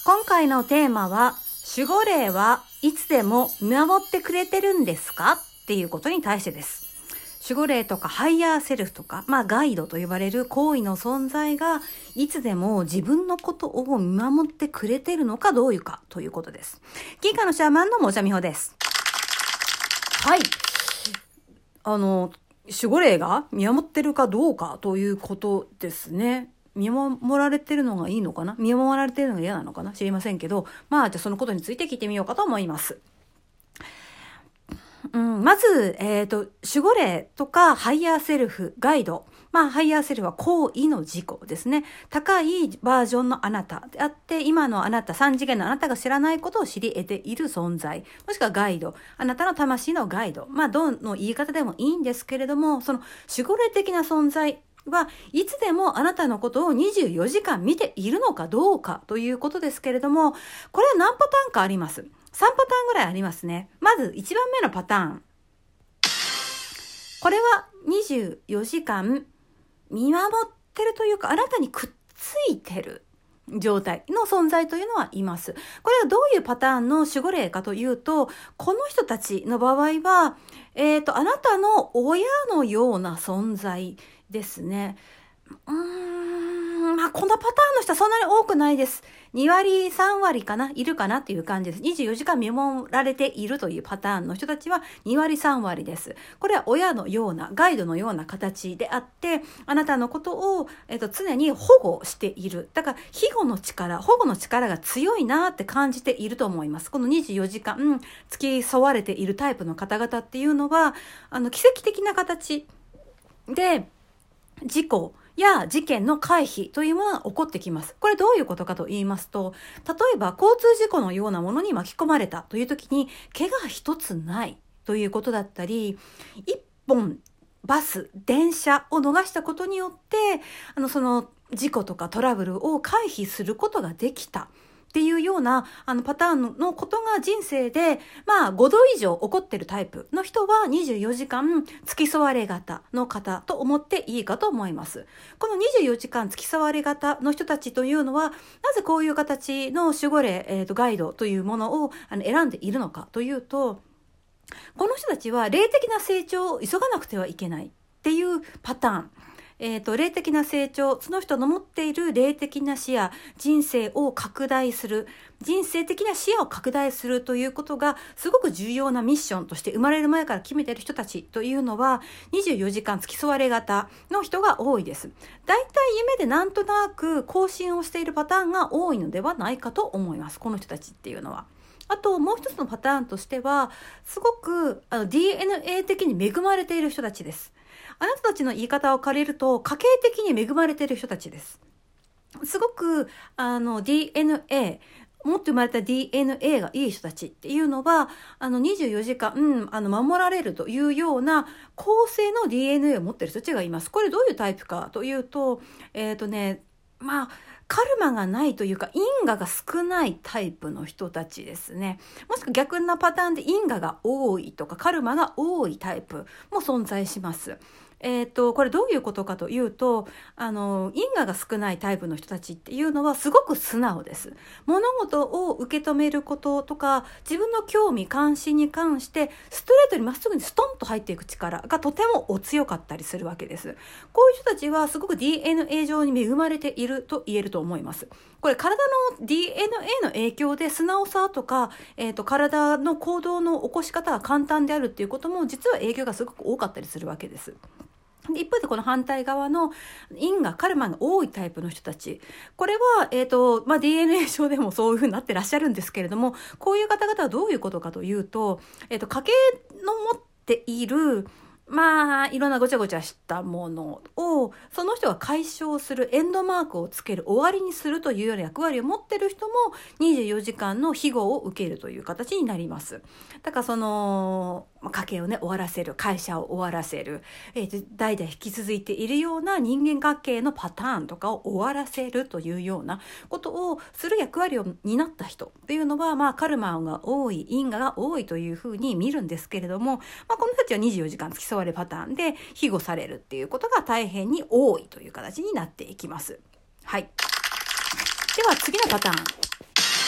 今回のテーマは、守護霊はいつでも見守ってくれてるんですかっていうことに対してです。守護霊とかハイヤーセルフとか、ガイドと呼ばれる高位の存在がいつでも自分のことを見守ってくれてるのかどういうかということです。銀河のシャーマンのもじゃみほです。はい。守護霊が見守ってるかどうかということですね。見守られてるのがいいのかな、見守られてるのが嫌なのかな、知りませんけど、じゃあそのことについて聞いてみようかと思います。まず、守護霊とかハイヤーセルフ、ガイド。ハイヤーセルフは高位の自己ですね。高いバージョンのあなたであって、今のあなた、3次元のあなたが知らないことを知り得ている存在。もしくはガイド。あなたの魂のガイド。どの言い方でもいいんですけれども、その守護霊的な存在はいつでもあなたのことを24時間見ているのかどうかということですけれども、これは何パターンかあります。3パターンぐらいありますね。まず1番目のパターン。これは24時間見守ってるというか、あなたにくっついてる状態の存在というのはいます。これはどういうパターンの守護霊かというと、この人たちの場合は、あなたの親のような存在ですね。このパターンの人はそんなに多くないです。2割、3割かな、いるかなっていう感じです。24時間見守られているというパターンの人たちは2割、3割です。これは親のような、ガイドのような形であって、あなたのことを、常に保護している。だから、保護の力が強いなって感じていると思います。この24時間、付き添われているタイプの方々っていうのは、奇跡的な形で、事故や事件の回避というものが起こってきます。これどういうことかと言いますと、例えば交通事故のようなものに巻き込まれたという時に、怪我一つないということだったり、一本バス、電車を逃したことによって、その事故とかトラブルを回避することができた。っていうようなパターンのことが人生で5度以上起こってるタイプの人は24時間付き添われ型の方と思っていいかと思います。この24時間付き添われ型の人たちというのは、なぜこういう形の守護霊、ガイドというものを選んでいるのかというと、この人たちは霊的な成長を急がなくてはいけないっていうパターン。霊的な成長、その人の持っている霊的な視野、人生的な視野を拡大するということがすごく重要なミッションとして生まれる前から決めている人たちというのは24時間付き添われ型の人が多いです。だいたい夢でなんとなく更新をしているパターンが多いのではないかと思います。この人たちっていうのは。あともう一つのパターンとしては、すごくDNA 的に恵まれている人たちです。あなたたちの言い方を借りると、家系的に恵まれている人たちです。すごくDNA、持って生まれた DNA がいい人たちっていうのは、24時間、守られるというような構成の DNA を持っている人たちがいます。これどういうタイプかというと、カルマがないというか因果が少ないタイプの人たちですね。もしくは逆なパターンで因果が多いとかカルマが多いタイプも存在します。これどういうことかというと、因果が少ないタイプの人たちっていうのはすごく素直です。物事を受け止めることとか、自分の興味関心に関してストレートにまっすぐにストンと入っていく力がとてもお強かったりするわけです。こういう人たちはすごく DNA 上に恵まれていると言えると思います。これ体の DNA の影響で素直さとか、体の行動の起こし方が簡単であるっていうことも実は影響がすごく多かったりするわけです。一方でこの反対側の因果、カルマが多いタイプの人たち。これは、DNA 上でもそういう風になってらっしゃるんですけれども、こういう方々はどういうことかというと、家計の持っているいろんなごちゃごちゃしたものをその人が解消するエンドマークをつける、終わりにするというような役割を持っている人も24時間の庇護を受けるという形になります。だからその家計を終わらせる、会社を終わらせる、代々引き続いているような人間関係のパターンとかを終わらせるというようなことをする役割を担った人っていうのは、カルマが多い、因果が多いというふうに見るんですけれども、この人たちは24時間付き添われパターンで庇護されるっていうことが大変に多いという形になっていきます。はい。では次のパターン。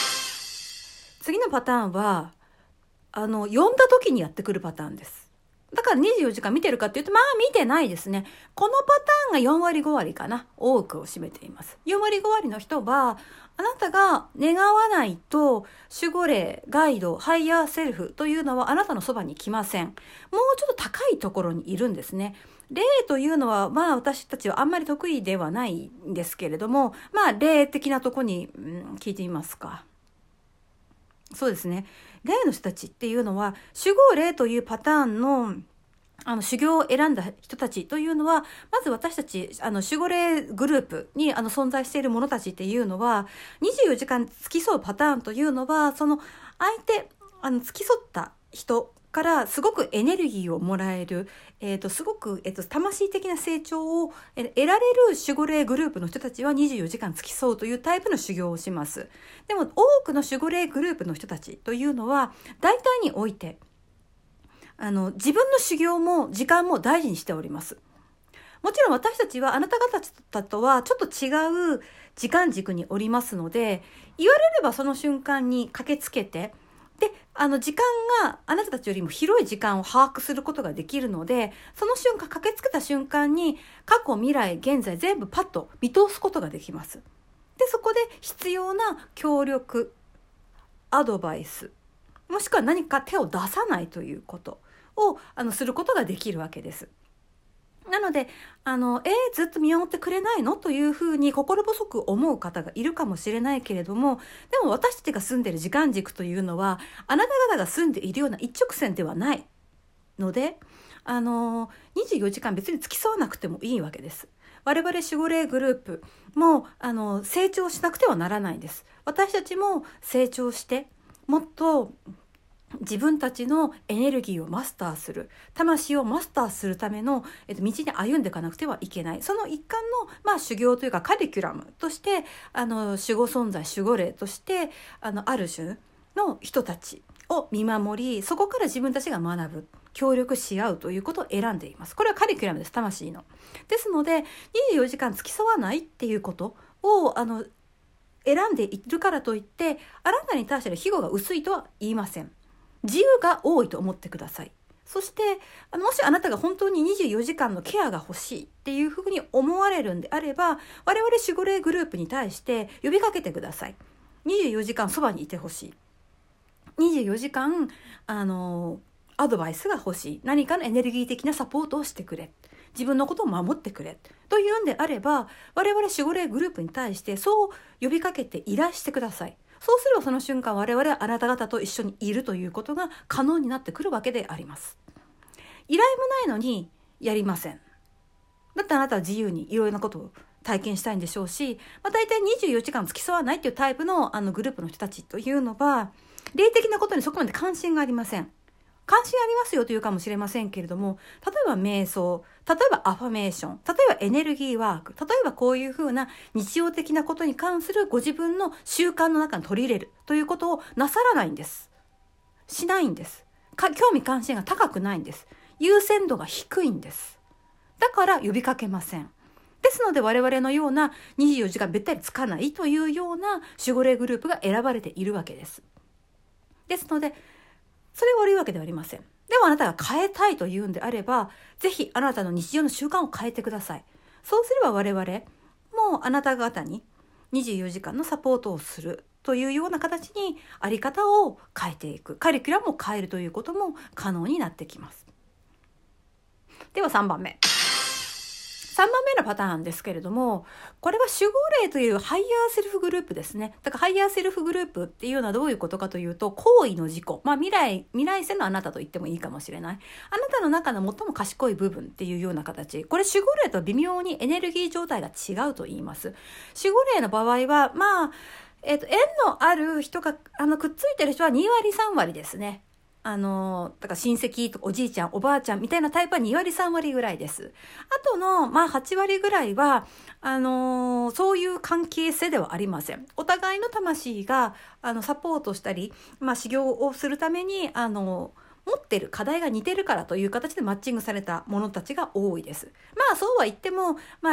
次のパターンは呼んだ時にやってくるパターンです。だから24時間見てるかっていうと、見てないですね。このパターンが4割5割かな、多くを占めています。4割5割の人は、あなたが願わないと守護霊、ガイド、ハイヤーセルフというのはあなたのそばに来ません。もうちょっと高いところにいるんですね。霊というのは私たちはあんまり得意ではないんですけれども、霊的なところに、聞いてみますか。そうですね。霊の人たちっていうのは守護霊というパターンの修行を選んだ人たちというのは、まず私たち守護霊グループに存在している者たちっていうのは、24時間付き添うパターンというのは、その相手付き添った人からすごくエネルギーをもらえる、すごく、魂的な成長を得られる守護霊グループの人たちは24時間付き添うというタイプの修行をします。でも多くの守護霊グループの人たちというのは、大体において自分の修行も時間も大事にしております。もちろん私たちはあなた方とはちょっと違う時間軸におりますので、言われればその瞬間に駆けつけて、で時間があなたたちよりも広い時間を把握することができるので、その瞬間駆けつけた瞬間に過去未来現在全部パッと見通すことができます。でそこで必要な協力、アドバイス、もしくは何か手を出さないということをすることができるわけです。なのでずっと見守ってくれないのというふうに心細く思う方がいるかもしれないけれども、でも私たちが住んでいる時間軸というのはあなた方が住んでいるような一直線ではないので、24時間別に付き添わなくてもいいわけです。我々守護霊グループも成長しなくてはならないんです。私たちも成長してもっと自分たちのエネルギーをマスターする、魂をマスターするための、道に歩んでいかなくてはいけない。その一環の、修行というかカリキュラムとして守護存在、守護霊としてある種の人たちを見守り、そこから自分たちが学ぶ、協力し合うということを選んでいます。これはカリキュラムです、魂の。ですので24時間付き添わないっていうことを選んでいるからといってあなたに対しての庇護が薄いとは言いません。自由が多いと思ってください。そしてもしあなたが本当に24時間のケアが欲しいっていうふうに思われるんであれば、我々守護霊グループに対して呼びかけてください。24時間そばにいてほしい。24時間アドバイスが欲しい。何かのエネルギー的なサポートをしてくれ。自分のことを守ってくれ。というんであれば、我々守護霊グループに対してそう呼びかけていらしてください。そうすればその瞬間我々はあなた方と一緒にいるということが可能になってくるわけであります。依頼もないのにやりません。だってあなたは自由にいろいろなことを体験したいんでしょうし、大体24時間付き添わないっていうタイプのグループの人たちというのは霊的なことにそこまで関心がありません。関心ありますよというかもしれませんけれども、例えば瞑想、例えばアファメーション、例えばエネルギーワーク、例えばこういうふうな日常的なことに関するご自分の習慣の中に取り入れるということをなさらないんです。しないんです。興味関心が高くないんです。優先度が低いんです。だから呼びかけません。ですので我々のような24時間べったりつかないというような守護霊グループが選ばれているわけです。ですのでそれは悪いわけではありません。でもあなたが変えたいというんであれば、ぜひあなたの日常の習慣を変えてください。そうすれば我々もあなた方に24時間のサポートをするというような形にあり方を変えていく、カリキュラムを変えるということも可能になってきます。では3番目。3番目のパターンですけれども、これは守護霊というハイヤーセルフグループですね。だからハイヤーセルフグループっていうのはどういうことかというと、行為の自己、未来世のあなたと言ってもいいかもしれない。あなたの中の最も賢い部分っていうような形。これ守護霊とは微妙にエネルギー状態が違うと言います。守護霊の場合は、縁のある人がくっついてる人は2割3割ですね。だから親戚とかおじいちゃんおばあちゃんみたいなタイプは2割3割ぐらいです。あとの8割ぐらいはそういう関係性ではありません。お互いの魂がサポートしたり、修行をするために持ってる課題が似てるからという形でマッチングされたものたちが多いです。そうは言っても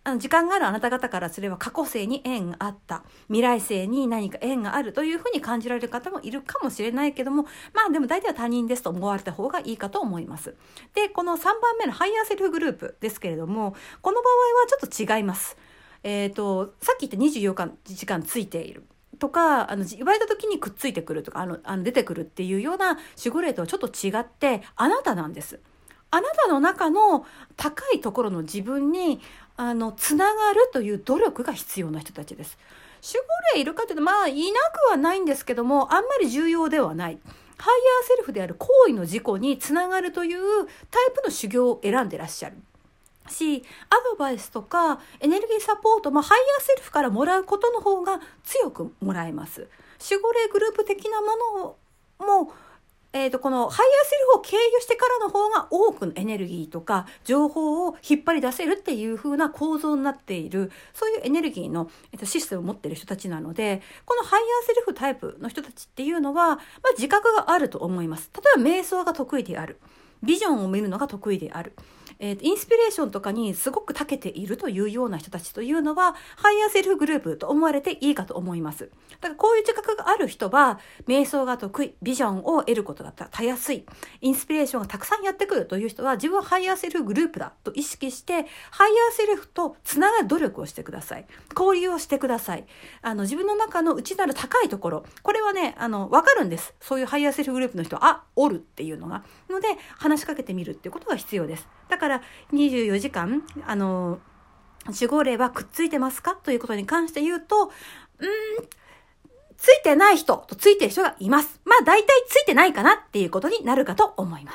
時間があるあなた方からすれば過去世に縁があった、未来世に何か縁があるというふうに感じられる方もいるかもしれないけども、でも大体は他人ですと思われた方がいいかと思います。で、この3番目のハイヤーセルフグループですけれども、この場合はちょっと違います。さっき言った24時間ついているとか、言われた時にくっついてくるとか、出てくるっていうような守護霊とはちょっと違って、あなたなんです。あなたの中の高いところの自分につながるという努力が必要な人たちです。守護霊いるかというといなくはないんですけども、あんまり重要ではない。ハイヤーセルフである行為の自己につながるというタイプの修行を選んでらっしゃるし、アドバイスとかエネルギーサポートもハイヤーセルフからもらうことの方が強くもらえます。守護霊グループ的なものもこのハイヤーセルフを経由してからの方が多くのエネルギーとか情報を引っ張り出せるっていう風な構造になっている、そういうエネルギーの、システムを持っている人たちなので、このハイヤーセルフタイプの人たちっていうのは、自覚があると思います。例えば瞑想が得意である。ビジョンを見るのが得意である。インスピレーションとかにすごく長けているというような人たちというのは、ハイヤーセルフグループと思われていいかと思います。だからこういう自覚がある人は、瞑想が得意、ビジョンを得ることがたやすい、インスピレーションがたくさんやってくるという人は、自分はハイヤーセルフグループだと意識して、ハイヤーセルフとつながる努力をしてください。交流をしてください。自分の中の内なる高いところ、これはね、わかるんです。そういうハイヤーセルフグループの人は、おるっていうのが。ので、話しかけてみるっていうことが必要です。だから24時間守護霊はくっついてますかということに関して言うと、ついてない人とついてる人がいます。大体ついてないかなっていうことになるかと思います。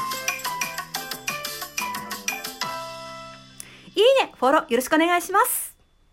いいね、フォローよろしくお願いします。